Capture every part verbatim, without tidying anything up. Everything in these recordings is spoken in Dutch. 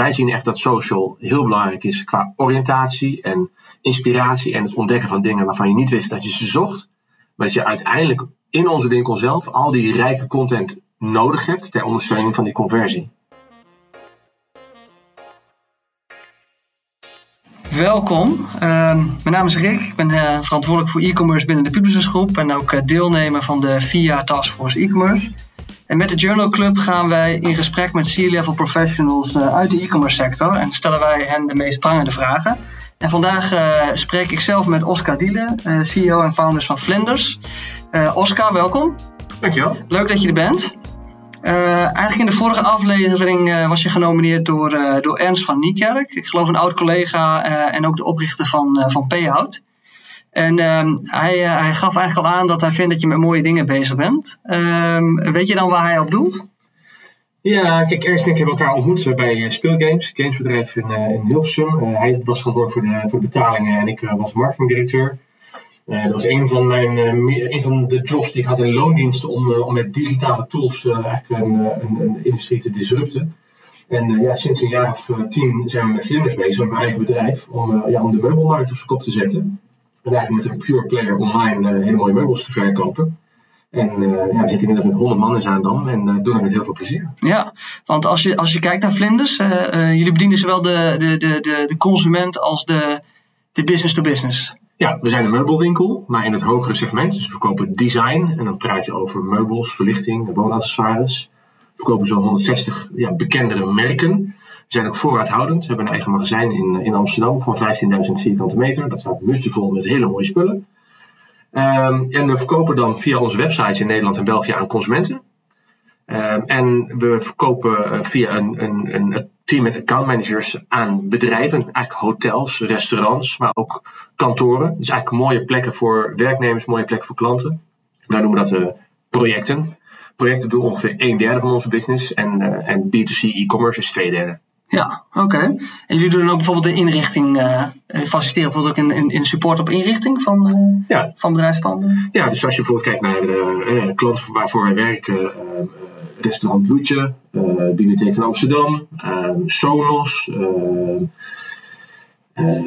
wij zien echt dat social heel belangrijk is qua oriëntatie en inspiratie en het ontdekken van dingen waarvan je niet wist dat je ze zocht. Maar dat je uiteindelijk in onze winkel zelf al die rijke content nodig hebt ter ondersteuning van die conversie. Welkom, uh, mijn naam is Rick. Ik ben uh, verantwoordelijk voor e-commerce binnen de Publicis Groep en ook uh, deelnemer van de V I A Taskforce e-commerce. En met de Journal Club gaan wij in gesprek met C-level professionals uh, uit de e-commerce sector en stellen wij hen de meest prangende vragen. En vandaag uh, spreek ik zelf met Oscar Diele, uh, C E O en founder van Vlinders. Uh, Oscar, welkom. Dankjewel. Leuk dat je er bent. Uh, eigenlijk in de vorige aflevering uh, was je genomineerd door, uh, door Ernst van Niekerk. Ik geloof een oud collega uh, en ook de oprichter van, uh, van Payout. En um, hij, uh, hij gaf eigenlijk al aan dat hij vindt dat je met mooie dingen bezig bent. Um, weet je dan waar hij op doelt? Ja, kijk, Ernst en ik hebben elkaar ontmoet bij uh, Speelgames, gamesbedrijf in, uh, in Hilversum. Uh, hij was verantwoordelijk voor de, voor de betalingen en ik uh, was marketingdirecteur. Uh, dat was een van, mijn, uh, een van de jobs die ik had in loondiensten om, uh, om met digitale tools uh, eigenlijk een, een, een industrie te disrupten. En uh, ja, sinds een jaar of uh, tien zijn we met Vlinders bezig, met mijn eigen bedrijf, om, uh, ja, om de meubelmarkt op zijn kop te zetten. En eigenlijk met een pure player online uh, hele mooie meubels te verkopen. En uh, ja, we zitten inmiddels met honderd man in Zaandam en uh, doen het met heel veel plezier. Ja, want als je, als je kijkt naar Vlinders, uh, uh, jullie bedienen zowel de, de, de, de, de consument als de, de business to business. Ja, we zijn een meubelwinkel, maar in het hogere segment. Dus we verkopen design en dan praat je over meubels, verlichting, woonaccessoires. We verkopen zo'n honderdzestig ja, bekendere merken. We zijn ook voorraadhoudend. We hebben een eigen magazijn in, in Amsterdam van vijftienduizend vierkante meter. Dat staat muurtjevol met hele mooie spullen. Um, en we verkopen dan via onze websites in Nederland en België aan consumenten. Um, en we verkopen uh, via een, een, een team met accountmanagers aan bedrijven, eigenlijk hotels, restaurants, maar ook kantoren. Dus eigenlijk mooie plekken voor werknemers, mooie plekken voor klanten. Wij noemen dat uh, projecten. Projecten doen ongeveer een derde van onze business en, uh, en B twee C e-commerce is twee derde. Ja, oké. Okay. En jullie doen ook bijvoorbeeld de inrichting, uh, faciliteren bijvoorbeeld ook in, in, in support op inrichting van, uh, ja. van bedrijfspanden? Ja, dus als je bijvoorbeeld kijkt naar de uh, klanten waarvoor wij werken, uh, restaurant Loetje, uh, Bibliotheek van Amsterdam, uh, Sonos, uh, uh,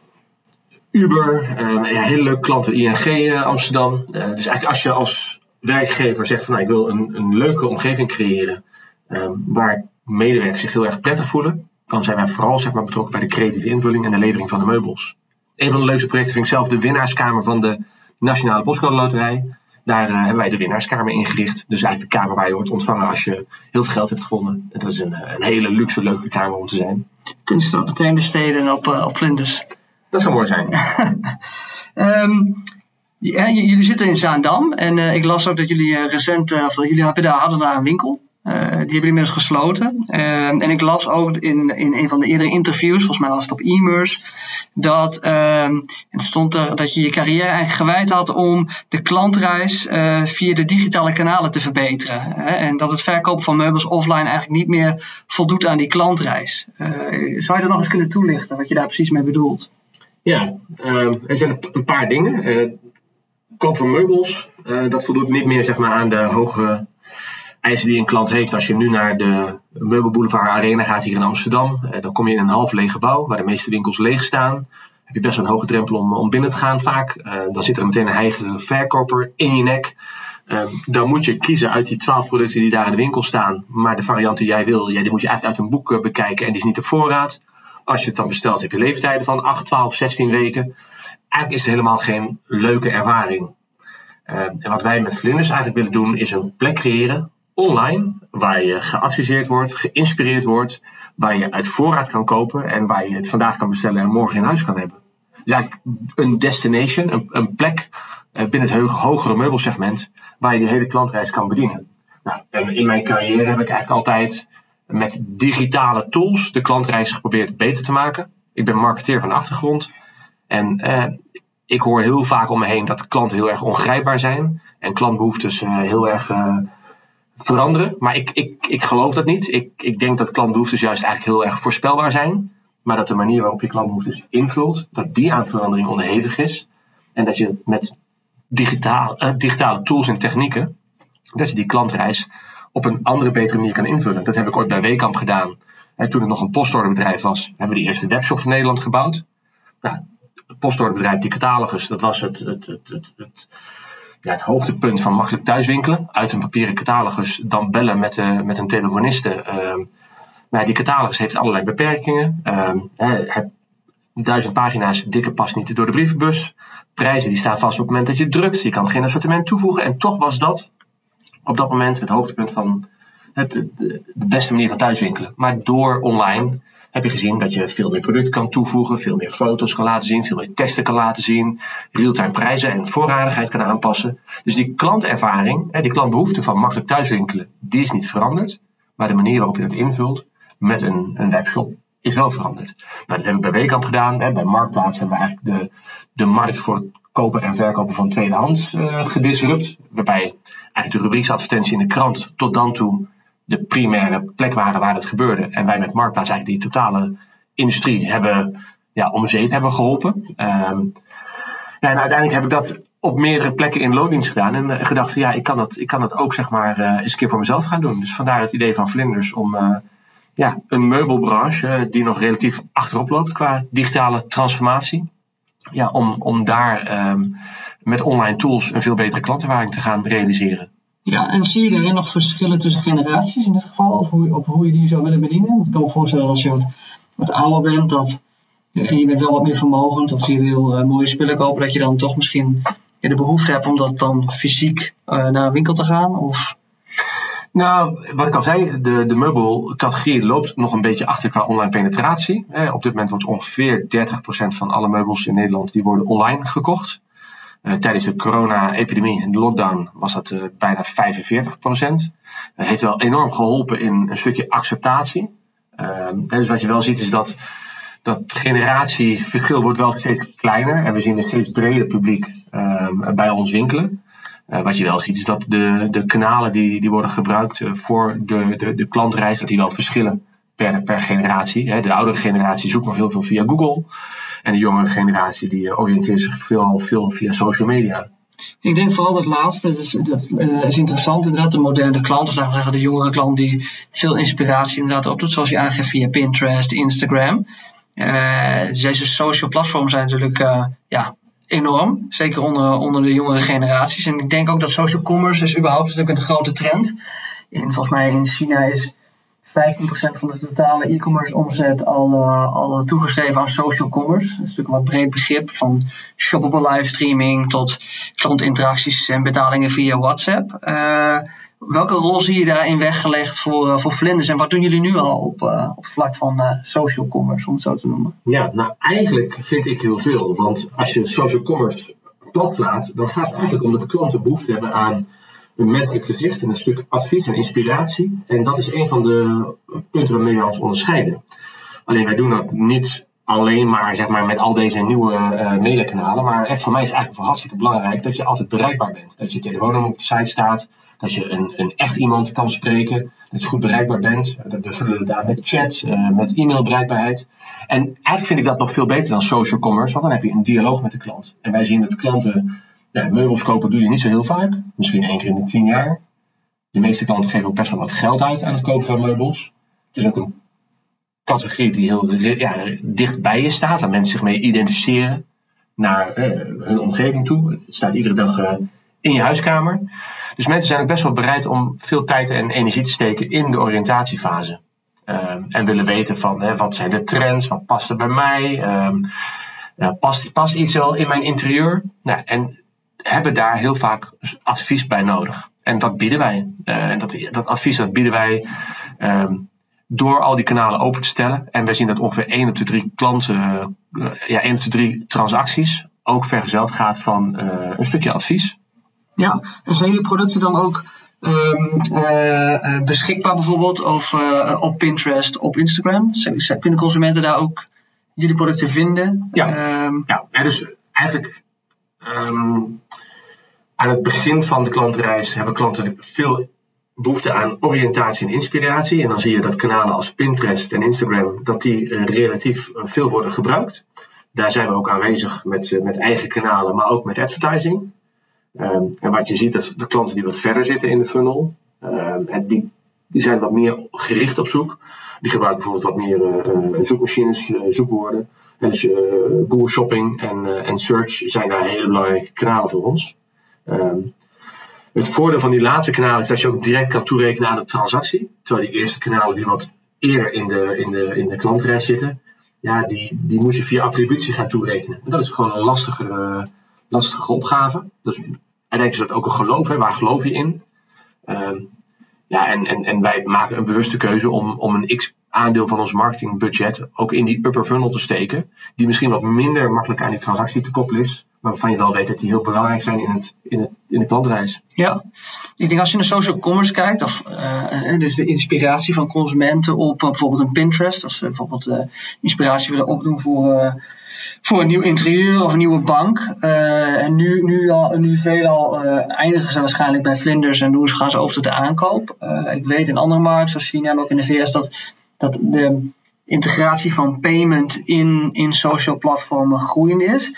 Uber, uh, ja, hele leuke klanten, I N G uh, Amsterdam. Uh, dus eigenlijk als je als werkgever zegt van nou, ik wil een, een leuke omgeving creëren um, waar medewerkers zich heel erg prettig voelen, dan zijn wij vooral zeg maar, betrokken bij de creatieve invulling en de levering van de meubels. Een van de leukste projecten vind ik zelf de winnaarskamer van de Nationale Postcode Loterij. Daar uh, hebben wij de winnaarskamer ingericht. Dus eigenlijk de kamer waar je wordt ontvangen als je heel veel geld hebt gevonden. En dat is een, een hele luxe, leuke kamer om te zijn. Kun je dat meteen besteden op, uh, op Vlinders? Dat zou mooi zijn. um, ja, jullie zitten in Zaandam. En uh, ik las ook dat jullie uh, recent, uh, of jullie hebben daar, hadden daar een winkel. Uh, die hebben inmiddels gesloten. Uh, en ik las ook in, in een van de eerdere interviews, volgens mij was het op e-commerce, dat uh, er stond er dat je je carrière eigenlijk gewijd had om de klantreis uh, via de digitale kanalen te verbeteren. Hè? En dat het verkopen van meubels offline eigenlijk niet meer voldoet aan die klantreis. Uh, zou je dat nog eens kunnen toelichten, wat je daar precies mee bedoelt? Ja, uh, er zijn een paar dingen. Uh, koop van meubels, uh, dat voldoet niet meer zeg maar, aan de hoge eisen die een klant heeft. Als je nu naar de Meubelboulevard Arena gaat hier in Amsterdam, eh, dan kom je in een half leeg gebouw waar de meeste winkels leeg staan. Heb je best wel een hoge drempel om, om binnen te gaan vaak. Uh, dan zit er meteen een heilige verkoper in je nek. Uh, dan moet je kiezen uit die twaalf producten die daar in de winkel staan. Maar de variant die jij wil, ja, die moet je eigenlijk uit een boek uh, bekijken en die is niet op voorraad. Als je het dan bestelt heb je leeftijden van acht, twaalf, zestien weken. Eigenlijk is het helemaal geen leuke ervaring. Uh, en wat wij met Vlinders eigenlijk willen doen is een plek creëren online, waar je geadviseerd wordt, geïnspireerd wordt, waar je uit voorraad kan kopen en waar je het vandaag kan bestellen en morgen in huis kan hebben. Dus eigenlijk een destination, een, een plek binnen het hogere meubelsegment waar je de hele klantreis kan bedienen. Nou, en in mijn carrière heb ik eigenlijk altijd met digitale tools de klantreis geprobeerd beter te maken. Ik ben marketeer van achtergrond en eh, ik hoor heel vaak om me heen dat klanten heel erg ongrijpbaar zijn en klantbehoeftes uh, heel erg uh, veranderen. Maar ik, ik, ik geloof dat niet. Ik, ik denk dat klantbehoeftes juist eigenlijk heel erg voorspelbaar zijn. Maar dat de manier waarop je klantbehoeftes invult, dat die aan verandering onderhevig is. En dat je met digitaal, uh, digitale tools en technieken, dat je die klantreis op een andere, betere manier kan invullen. Dat heb ik ooit bij Wekamp gedaan. En toen het nog een postorderbedrijf was, hebben we de eerste webshop van Nederland gebouwd. Nou, het postorderbedrijf, die catalogus, dat was het, het, het, het, het, ja, het hoogtepunt van makkelijk thuiswinkelen. Uit een papieren catalogus, dan bellen met, uh, met een telefoniste. Uh, nou, die catalogus heeft allerlei beperkingen. Uh, het, duizend pagina's, dikke past niet door de brievenbus. Prijzen die staan vast op het moment dat je drukt. Je kan geen assortiment toevoegen. En toch was dat op dat moment het hoogtepunt van het, de, de beste manier van thuiswinkelen. Maar door online heb je gezien dat je veel meer producten kan toevoegen, veel meer foto's kan laten zien, veel meer teksten kan laten zien, real-time prijzen en voorradigheid kan aanpassen. Dus die klantervaring, die klantbehoefte van makkelijk thuiswinkelen, die is niet veranderd. Maar de manier waarop je dat invult met een, een webshop is wel veranderd. Nou, dat hebben we bij Weekamp gedaan. Hè. Bij Marktplaats hebben we eigenlijk de, de markt voor het kopen en verkopen van tweedehands uh, gedisrupt. Waarbij eigenlijk de rubrieksadvertentie in de krant tot dan toe de primaire plek waren waar het gebeurde. En wij met Marktplaats eigenlijk die totale industrie hebben ja, om zeep hebben geholpen. Um, ja, en uiteindelijk heb ik dat op meerdere plekken in loondienst gedaan. En uh, gedacht van ja, ik kan dat, ik kan dat ook zeg maar uh, eens een keer voor mezelf gaan doen. Dus vandaar het idee van Vlinders om uh, ja, een meubelbranche uh, die nog relatief achterop loopt qua digitale transformatie. Ja, om, om daar um, met online tools een veel betere klantervaring te gaan realiseren. Ja, en zie je daarin nog verschillen tussen generaties in dit geval? Of hoe, op hoe je die zou willen bedienen? Ik kan me voorstellen als je wat, wat ouder bent dat, en je bent wel wat meer vermogend of je wil uh, mooie spullen kopen, dat je dan toch misschien ja, de behoefte hebt om dat dan fysiek uh, naar een winkel te gaan? Of... Nou, wat ik al zei, de, de meubelcategorie loopt nog een beetje achter qua online penetratie. Eh, op dit moment wordt ongeveer dertig procent van alle meubels in Nederland die worden online gekocht. Uh, tijdens de corona-epidemie en de lockdown was dat uh, bijna vijfenveertig procent. Dat heeft wel enorm geholpen in een stukje acceptatie. Uh, dus wat je wel ziet is dat dat generatieverschil wordt wel steeds kleiner. En we zien een steeds breder publiek uh, bij ons winkelen. Uh, wat je wel ziet is dat de, de kanalen die, die worden gebruikt uh, voor de, de, de klantreis, dat die wel verschillen per, per generatie. Hè. De oudere generatie zoekt nog heel veel via Google. En de jongere generatie die uh, oriënteert zich veel, veel via social media. Ik denk vooral dat laatste, dat is, dat, uh, is interessant inderdaad. De moderne klant, of laten we zeggen de jongere klant die veel inspiratie inderdaad opdoet. Zoals je aangeeft via Pinterest, Instagram. Uh, deze social platforms zijn natuurlijk uh, ja, enorm. Zeker onder, onder de jongere generaties. En ik denk ook dat social commerce is überhaupt natuurlijk een grote trend. En volgens mij in China is vijftien procent van de totale e-commerce omzet al, uh, al toegeschreven aan social commerce. Dat is natuurlijk een wat breed begrip van shoppable livestreaming tot klantinteracties en betalingen via WhatsApp. Uh, welke rol zie je daarin weggelegd voor, uh, voor Vlinders en wat doen jullie nu al op, uh, op vlak van uh, social commerce, om het zo te noemen? Ja, nou eigenlijk vind ik heel veel. Want als je social commerce platlaat, dan gaat het eigenlijk om dat klanten behoefte hebben aan een menselijk gezicht en een stuk advies en inspiratie. En dat is een van de punten waarmee we ons onderscheiden. Alleen wij doen dat niet alleen maar, zeg maar met al deze nieuwe uh, mediakanalen. Maar echt voor mij is het eigenlijk hartstikke belangrijk dat je altijd bereikbaar bent. Dat je telefoonnummer op de site staat. Dat je een, een echt iemand kan spreken. Dat je goed bereikbaar bent. We vullen het daar met chat, uh, met e-mailbereikbaarheid. En eigenlijk vind ik dat nog veel beter dan social commerce. Want dan heb je een dialoog met de klant. En wij zien dat klanten... Ja, meubels kopen doe je niet zo heel vaak. Misschien één keer in de tien jaar. De meeste klanten geven ook best wel wat geld uit aan het kopen van meubels. Het is ook een categorie die heel ja, dicht bij je staat. Waar mensen zich mee identificeren naar uh, hun omgeving toe. Het staat iedere dag uh, in je huiskamer. Dus mensen zijn ook best wel bereid om veel tijd en energie te steken in de oriëntatiefase. Uh, en willen weten van uh, wat zijn de trends, wat past er bij mij. Uh, uh, past, past iets wel in mijn interieur? Nou, en hebben daar heel vaak advies bij nodig. En dat bieden wij. Uh, en dat, dat advies dat bieden wij um, door al die kanalen open te stellen. En wij zien dat ongeveer één op de drie klanten, uh, ja, één op de drie transacties ook vergezeld gaat van uh, een stukje advies. Ja, en zijn jullie producten dan ook um, uh, beschikbaar bijvoorbeeld of uh, op Pinterest, op Instagram? Kunnen consumenten daar ook jullie producten vinden? Ja, um, ja, ja dus eigenlijk... Um, aan het begin van de klantenreis hebben klanten veel behoefte aan oriëntatie en inspiratie. En dan zie je dat kanalen als Pinterest en Instagram, dat die uh, relatief uh, veel worden gebruikt. Daar zijn we ook aanwezig met, uh, met eigen kanalen, maar ook met advertising. Um, en wat je ziet, is de klanten die wat verder zitten in de funnel. Um, en die, die zijn wat meer gericht op zoek. Die gebruiken bijvoorbeeld wat meer uh, zoekmachines, uh, zoekwoorden. En dus uh, Google Shopping en, uh, en Search zijn daar hele belangrijke kanalen voor ons. Um, het voordeel van die laatste kanalen is dat je ook direct kan toerekenen aan de transactie. Terwijl die eerste kanalen die wat eerder in de, in de, in de klantreis zitten, ja, die, die moet je via attributie gaan toerekenen. En dat is gewoon een lastige, uh, lastige opgave. Dus uiteindelijk is dat ook een geloof. Hè? Waar geloof je in? Um, ja, en, en, en wij maken een bewuste keuze om, om een x aandeel van ons marketingbudget ook in die upper funnel te steken. Die misschien wat minder makkelijk aan die transactie te koppelen is. Maar waarvan je wel weet dat die heel belangrijk zijn in, het, in, het, in de klantreis. Ja, ik denk als je naar social commerce kijkt, of uh, dus de inspiratie van consumenten op uh, bijvoorbeeld een Pinterest. Als ze bijvoorbeeld uh, inspiratie willen opdoen voor, uh, voor een nieuw interieur of een nieuwe bank. Uh, en nu, nu, al, nu veelal uh, eindigen ze waarschijnlijk bij vlinders en doen ze, gaan ze over tot de aankoop. Uh, ik weet in andere markten, zoals China en ook in de V S, dat, dat de integratie van payment in, in social platformen groeiend is.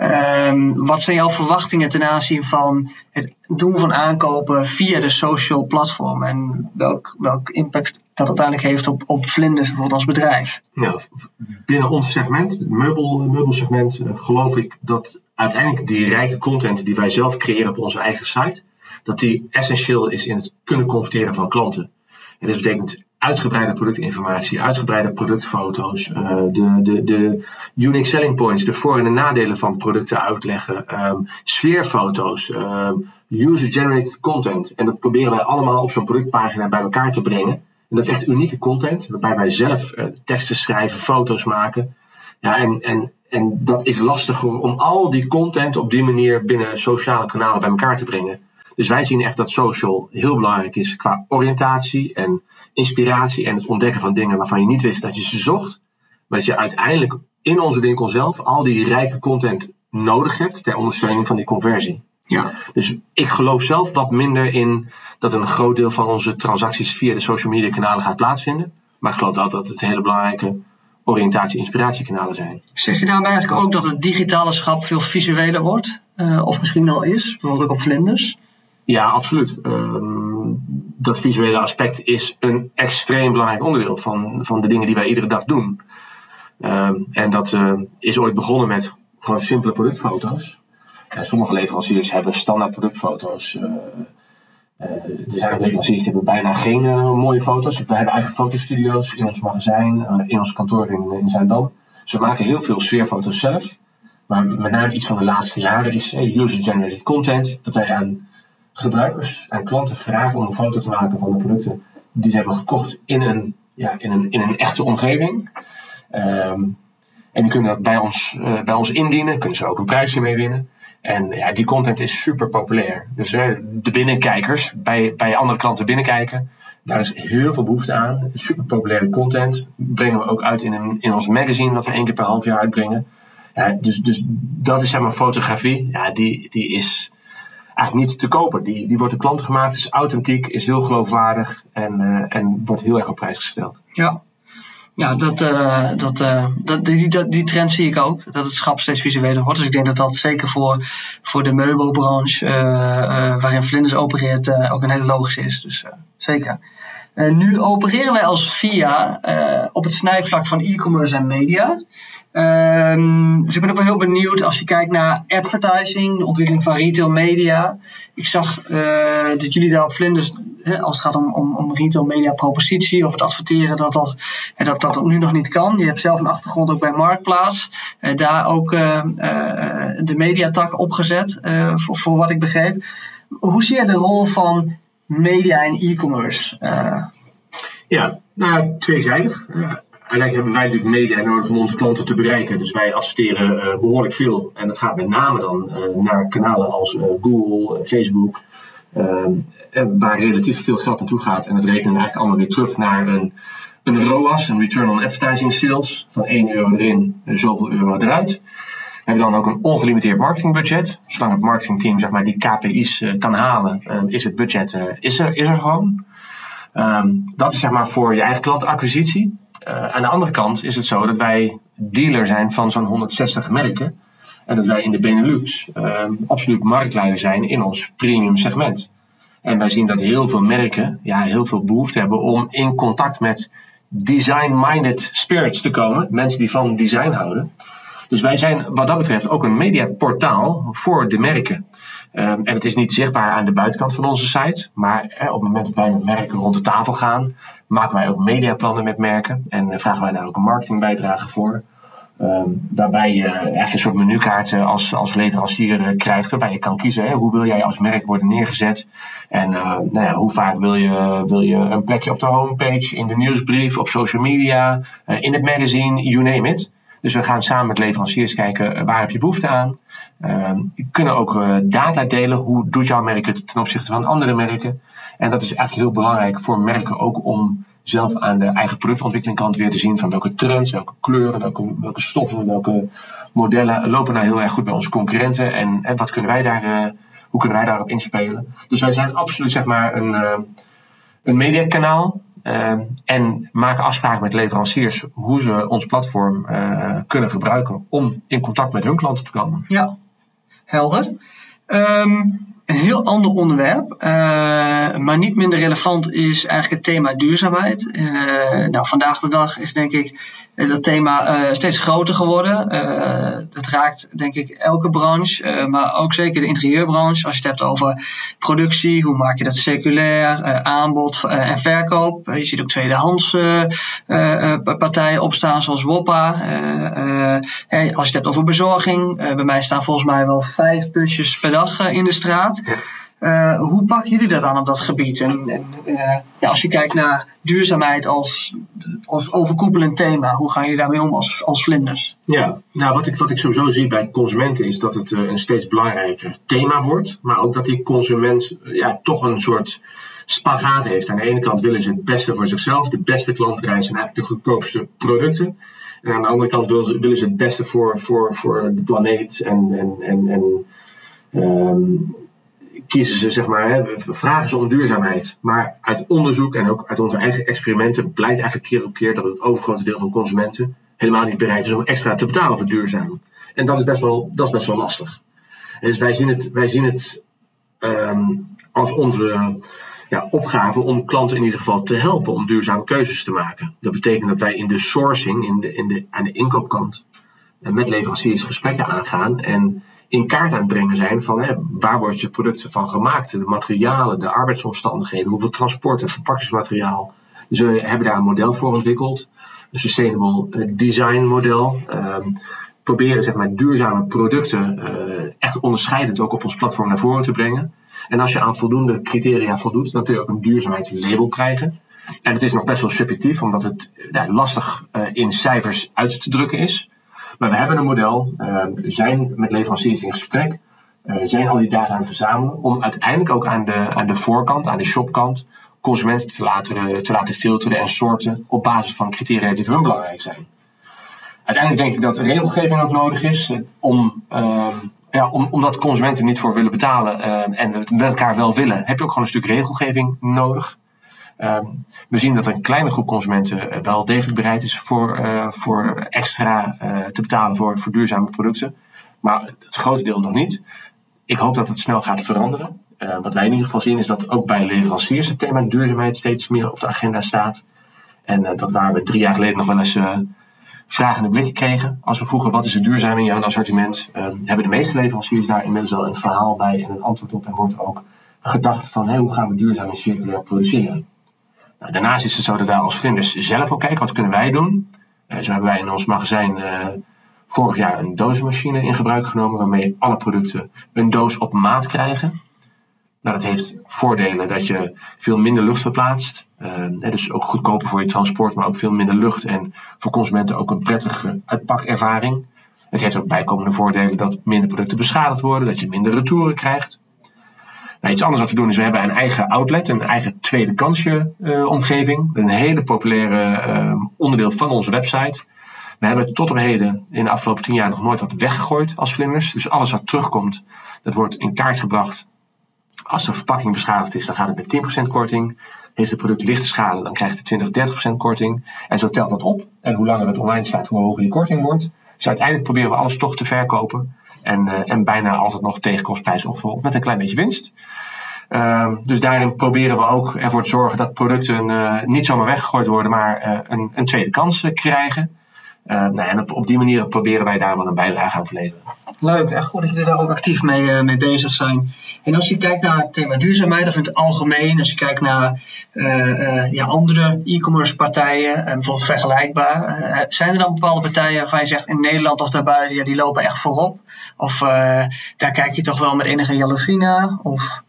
Um, wat zijn jouw verwachtingen ten aanzien van het doen van aankopen via de social platform en welk, welk impact dat uiteindelijk heeft op, op vlinders bijvoorbeeld als bedrijf? Ja, binnen ons segment, het meubel, meubelsegment, uh, geloof ik dat uiteindelijk die rijke content die wij zelf creëren op onze eigen site, dat die essentieel is in het kunnen converteren van klanten. En dat betekent uitgebreide productinformatie, uitgebreide productfoto's, uh, de, de, de unique selling points, de voor- en de nadelen van producten uitleggen, um, sfeerfoto's, um, user-generated content. En dat proberen wij allemaal op zo'n productpagina bij elkaar te brengen. En dat is echt unieke content, waarbij wij zelf uh, teksten schrijven, foto's maken. Ja, en, en, en dat is lastiger om al die content op die manier binnen sociale kanalen bij elkaar te brengen. Dus wij zien echt dat social heel belangrijk is qua oriëntatie en inspiratie en het ontdekken van dingen waarvan je niet wist dat je ze zocht. Maar dat je uiteindelijk in onze winkel zelf al die rijke content nodig hebt ter ondersteuning van die conversie. Ja. Dus ik geloof zelf wat minder in dat een groot deel van onze transacties via de social media kanalen gaat plaatsvinden. Maar ik geloof wel dat het hele belangrijke oriëntatie-inspiratiekanalen zijn. Zeg je daarmee eigenlijk ook dat het digitale schap veel visueler wordt? Uh, of misschien al is, bijvoorbeeld ook op vlinders? Ja, absoluut. Um, dat visuele aspect is een extreem belangrijk onderdeel van, van de dingen die wij iedere dag doen. Um, en dat uh, is ooit begonnen met gewoon simpele productfoto's. Uh, sommige leveranciers hebben standaard productfoto's. Uh, uh, er zijn ook leveranciers die hebben bijna geen uh, mooie foto's. We hebben eigen fotostudio's in ons magazijn, uh, in ons kantoor in, in Zaandam. Dus we maken heel veel sfeerfoto's zelf. Maar met name iets van de laatste jaren is uh, user-generated content. Dat wij aan gebruikers en klanten vragen om een foto te maken van de producten die ze hebben gekocht in een, ja, in een, in een echte omgeving. Um, en die kunnen dat bij ons, uh, bij ons indienen, kunnen ze ook een prijsje mee winnen. En ja, die content is super populair. Dus uh, de binnenkijkers, bij, bij andere klanten binnenkijken, daar is heel veel behoefte aan. Super populaire content brengen we ook uit in, een, in ons magazine, wat we één keer per half jaar uitbrengen. Ja, dus, dus dat is zeg maar fotografie. Ja, die, die is eigenlijk niet te kopen. Die, die wordt de klant gemaakt, is authentiek, is heel geloofwaardig en, uh, en wordt heel erg op prijs gesteld. Ja, ja dat, uh, dat, uh, dat, die, die, die trend zie ik ook. Dat het schap steeds visueler wordt. Dus ik denk dat dat zeker voor, voor de meubelbranche, uh, uh, waarin Vlinders opereert, uh, ook een hele logische is. Dus uh, zeker. Uh, nu opereren wij als V I A uh, op het snijvlak van e-commerce en media. Um, dus ik ben ook wel heel benieuwd als je kijkt naar advertising, de ontwikkeling van retail media. Ik zag uh, dat jullie daar op Vlinders, hè, als het gaat om, om, om retail media propositie of het adverteren, dat dat, hè, dat dat nu nog niet kan. Je hebt zelf een achtergrond ook bij Marktplaats. Uh, daar ook uh, uh, de mediatak opgezet, uh, voor, voor wat ik begreep. Hoe zie je de rol van media en e-commerce? Uh, ja, nou tweezijdig. Uh, Uiteindelijk hebben wij natuurlijk media nodig om onze klanten te bereiken. Dus wij adverteren uh, behoorlijk veel. En dat gaat met name dan uh, naar kanalen als uh, Google, uh, Facebook. Uh, waar relatief veel geld naartoe gaat. En dat rekenen we eigenlijk allemaal weer terug naar een, een R O A S, een Return on Advertising Sales. Van één euro erin, uh, zoveel euro eruit. We hebben dan ook een ongelimiteerd marketingbudget. Zolang het marketingteam zeg maar, die K P I's uh, kan halen, uh, is het budget uh, is er, is er gewoon. Um, dat is zeg maar voor je eigen klantenacquisitie. Uh, aan de andere kant is het zo dat wij dealer zijn van zo'n honderdzestig merken. En dat wij in de Benelux uh, absoluut marktleider zijn in ons premium segment. En wij zien dat heel veel merken ja, heel veel behoefte hebben om in contact met design-minded spirits te komen. Mensen die van design houden. Dus wij zijn wat dat betreft ook een mediaportaal voor de merken. Um, en het is niet zichtbaar aan de buitenkant van onze site. Maar eh, op het moment dat wij met merken rond de tafel gaan, maken wij ook mediaplannen met merken. En uh, vragen wij daar ook een marketingbijdrage voor. Um, waarbij je eigenlijk een soort menukaart uh, als, als leverancier uh, krijgt. Waarbij je kan kiezen, hè, hoe wil jij als merk worden neergezet. En uh, nou ja, hoe vaak wil je, wil je een plekje op de homepage, in de nieuwsbrief, op social media, uh, in het magazine, you name it. Dus we gaan samen met leveranciers kijken, uh, waar heb je behoefte aan. Uh, we kunnen ook uh, data delen. Hoe doet jouw merk het ten opzichte van andere merken? En dat is eigenlijk heel belangrijk voor merken ook om zelf aan de eigen productontwikkelingkant weer te zien van welke trends, welke kleuren, welke, welke stoffen, welke modellen lopen nou heel erg goed bij onze concurrenten. En, en wat kunnen wij daar, uh, hoe kunnen wij daarop inspelen? Dus wij zijn absoluut zeg maar een, uh, een mediakanaal. Uh, en maken afspraken met leveranciers hoe ze ons platform uh, kunnen gebruiken om in contact met hun klanten te komen. Ja, helder. Um, een heel ander onderwerp, uh, maar niet minder relevant is eigenlijk het thema duurzaamheid. Uh, nou, vandaag de dag is denk ik dat thema uh, steeds groter geworden. Uh, dat raakt denk ik elke branche, uh, maar ook zeker de interieurbranche. Als je het hebt over productie, hoe maak je dat circulair, uh, aanbod uh, en verkoop. Uh, je ziet ook tweedehands uh, uh, partijen opstaan zoals Woppa. Uh, uh, hey, als je het hebt over bezorging, uh, bij mij staan volgens mij wel vijf busjes per dag uh, in de straat. Uh, hoe pakken jullie dat aan op dat gebied? En, en uh, ja, als je kijkt naar duurzaamheid als, als overkoepelend thema, hoe gaan jullie daarmee om als, als Vlinders? Ja, nou wat ik, wat ik sowieso zie bij consumenten is dat het uh, een steeds belangrijker thema wordt. Maar ook dat die consument ja, toch een soort spagaat heeft. Aan de ene kant willen ze het beste voor zichzelf, de beste klantreis en eigenlijk de goedkoopste producten. En aan de andere kant willen ze, willen ze het beste voor, voor, voor de planeet en, en, en, en um, kiezen ze, zeg maar, hè, vragen ze om duurzaamheid. Maar uit onderzoek en ook uit onze eigen experimenten blijkt eigenlijk keer op keer dat het overgrote deel van consumenten helemaal niet bereid is om extra te betalen voor duurzaam. En dat is best wel, dat is best wel lastig. En dus wij zien het, wij zien het um, als onze ja, opgave om klanten in ieder geval te helpen om duurzame keuzes te maken. Dat betekent dat wij in de sourcing, in de, in de, aan de inkoopkant, met leveranciers gesprekken aangaan en in kaart aan het brengen zijn van hè, waar wordt je producten van gemaakt, de materialen, de arbeidsomstandigheden, hoeveel transport en verpakkingsmateriaal. Dus we hebben daar een model voor ontwikkeld, een sustainable design model. Um, proberen zeg maar duurzame producten uh, echt onderscheidend ook op ons platform naar voren te brengen. En als je aan voldoende criteria voldoet, dan kun je ook een duurzaamheidslabel krijgen. En het is nog best wel subjectief, omdat het ja, lastig uh, in cijfers uit te drukken is. Maar we hebben een model, uh, zijn met leveranciers in gesprek, uh, zijn al die data aan het verzamelen, om uiteindelijk ook aan de, aan de voorkant, aan de shopkant, consumenten te laten, te laten filteren en sorten op basis van criteria die voor hun belangrijk zijn. Uiteindelijk denk ik dat regelgeving ook nodig is, om, uh, ja, om, omdat consumenten niet voor willen betalen uh, en we met elkaar wel willen, heb je ook gewoon een stuk regelgeving nodig. Uh, we zien dat er een kleine groep consumenten wel degelijk bereid is voor, uh, voor extra uh, te betalen voor, voor duurzame producten. Maar het grote deel nog niet. Ik hoop dat het snel gaat veranderen. Uh, wat wij in ieder geval zien is dat ook bij leveranciers het thema duurzaamheid steeds meer op de agenda staat. En uh, dat waar we drie jaar geleden nog wel eens uh, vragende blikken kregen. Als we vroegen wat is er duurzaam in jouw assortiment, uh, hebben de meeste leveranciers daar inmiddels wel een verhaal bij en een antwoord op. En wordt er ook gedacht van hey, hoe gaan we duurzaam en circulair produceren. Nou, daarnaast is het zo dat wij als Vlinders zelf ook kijken, wat kunnen wij doen? Uh, zo hebben wij in ons magazijn uh, vorig jaar een dozenmachine in gebruik genomen, waarmee alle producten een doos op maat krijgen. Nou, dat heeft voordelen dat je veel minder lucht verplaatst. Uh, dus ook goedkoper voor je transport, maar ook veel minder lucht. En voor consumenten ook een prettige uitpakervaring. Het heeft ook bijkomende voordelen dat minder producten beschadigd worden, dat je minder retouren krijgt. Nou, iets anders wat we doen is, we hebben een eigen outlet, een eigen tweede kansje uh, omgeving. Een hele populaire uh, onderdeel van onze website. We hebben tot op heden in de afgelopen tien jaar nog nooit wat weggegooid als Vlinders. Dus alles wat terugkomt, dat wordt in kaart gebracht. Als de verpakking beschadigd is, dan gaat het met tien procent korting. Heeft het product lichte schade, dan krijgt het twintig, dertig procent korting. En zo telt dat op. En hoe langer het online staat, hoe hoger die korting wordt. Dus uiteindelijk proberen we alles toch te verkopen. En, uh, en bijna altijd nog tegen kostprijs of met een klein beetje winst. Uh, dus daarin proberen we ook ervoor te zorgen dat producten uh, niet zomaar weggegooid worden, maar uh, een, een tweede kans uh, krijgen. Uh, nou, en op, op die manier proberen wij daar wel een bijdrage aan te leveren. Leuk, echt goed dat jullie daar ook actief mee, uh, mee bezig zijn. En als je kijkt naar het thema duurzaamheid, of in het algemeen, als je kijkt naar uh, uh, ja, andere e-commerce partijen, uh, bijvoorbeeld vergelijkbaar, uh, zijn er dan bepaalde partijen waarvan je zegt in Nederland of daarbuiten, ja, die lopen echt voorop? Of uh, daar kijk je toch wel met enige jaloezie naar? Of...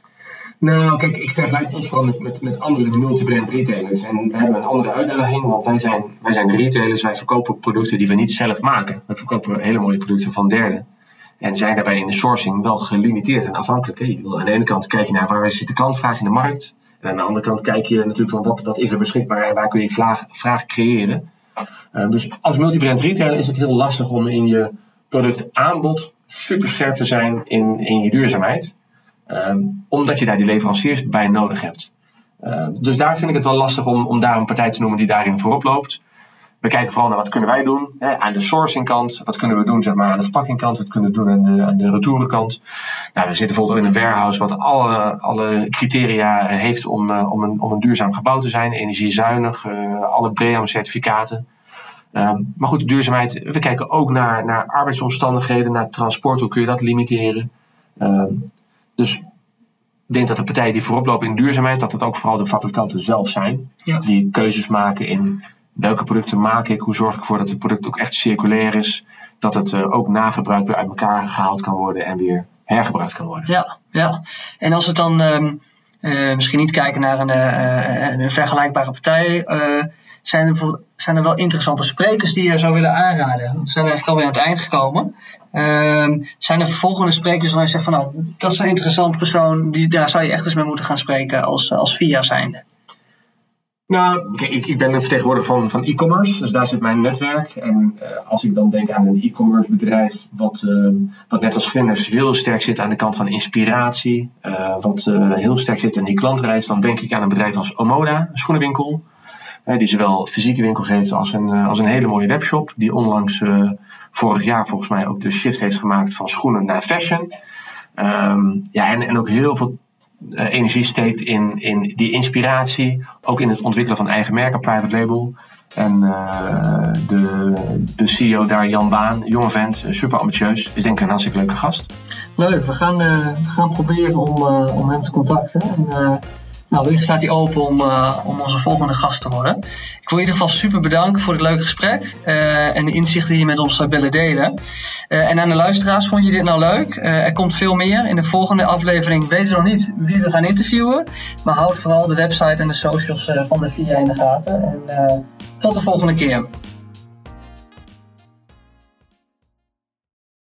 Nou, kijk, ik vergelijk ons vooral met, met, met andere multibrand retailers. En we hebben een andere uitdaging, want wij zijn, wij zijn de retailers, wij verkopen producten die we niet zelf maken. We verkopen hele mooie producten van derden. En zijn daarbij in de sourcing wel gelimiteerd en afhankelijk. Je wil aan de ene kant kijk je naar waar zit de klantvraag in de markt. En aan de andere kant kijk je natuurlijk van wat, wat is er beschikbaar en waar kun je vraag, vraag creëren. Uh, dus als multibrand retailer is het heel lastig om in je productaanbod super scherp te zijn in, in je duurzaamheid. Um, omdat je daar die leveranciers bij nodig hebt. Uh, dus daar vind ik het wel lastig om, om daar een partij te noemen die daarin voorop loopt. We kijken vooral naar wat kunnen wij doen hè, aan de sourcingkant. Wat kunnen we doen zeg maar, aan de verpakkingkant. Wat kunnen we doen aan de, aan de retourenkant. Nou, we zitten bijvoorbeeld in een warehouse wat alle, alle criteria heeft om, uh, om, een, om een duurzaam gebouw te zijn. Energiezuinig, uh, alle BREEAM certificaten. Um, maar goed, duurzaamheid. We kijken ook naar, naar arbeidsomstandigheden, naar transport. Hoe kun je dat limiteren? Um, Dus ik denk dat de partijen die voorop lopen in duurzaamheid, dat het ook vooral de fabrikanten zelf zijn. Ja. Die keuzes maken in welke producten maak ik, hoe zorg ik ervoor dat het product ook echt circulair is. Dat het uh, ook na gebruik weer uit elkaar gehaald kan worden en weer hergebruikt kan worden. Ja, ja. En als we dan um, uh, misschien niet kijken naar een, uh, een vergelijkbare partij, uh, zijn, er zijn er wel interessante sprekers die je zou willen aanraden? We zijn eigenlijk alweer aan het eind gekomen. Um, zijn er volgende sprekers waarvan je zegt van nou, dat is een interessante persoon, die, daar zou je echt eens mee moeten gaan spreken als, als V I A zijnde? Nou, kijk, ik, ik ben een vertegenwoordiger van, van e-commerce, dus daar zit mijn netwerk. En uh, als ik dan denk aan een e-commerce bedrijf, wat, uh, wat net als Vlinders heel sterk zit aan de kant van inspiratie, uh, wat uh, heel sterk zit in die klantreis, dan denk ik aan een bedrijf als Omoda, een schoenenwinkel. Uh, die zowel fysieke winkels heeft als een, uh, als een hele mooie webshop, die onlangs uh, vorig jaar volgens mij ook de shift heeft gemaakt van schoenen naar fashion. Um, ja, en, en ook heel veel uh, energie steekt in, in die inspiratie. Ook in het ontwikkelen van eigen merken, private label. En uh, de, de C E O daar, Jan Baan, jonge vent, super ambitieus. Is denk ik een hartstikke leuke gast. Leuk, we gaan, uh, we gaan proberen om, uh, om hem te contacten. En, uh, Nou, wellicht staat hij open om, uh, om onze volgende gast te worden. Ik wil in ieder geval super bedanken voor het leuke gesprek uh, en de inzichten die je met ons willen delen. Uh, en aan de luisteraars, vond je dit nou leuk? Uh, er komt veel meer. In de volgende aflevering weten we nog niet wie we gaan interviewen. Maar houd vooral de website en de socials uh, van de V I A in de gaten. En uh, tot de volgende keer.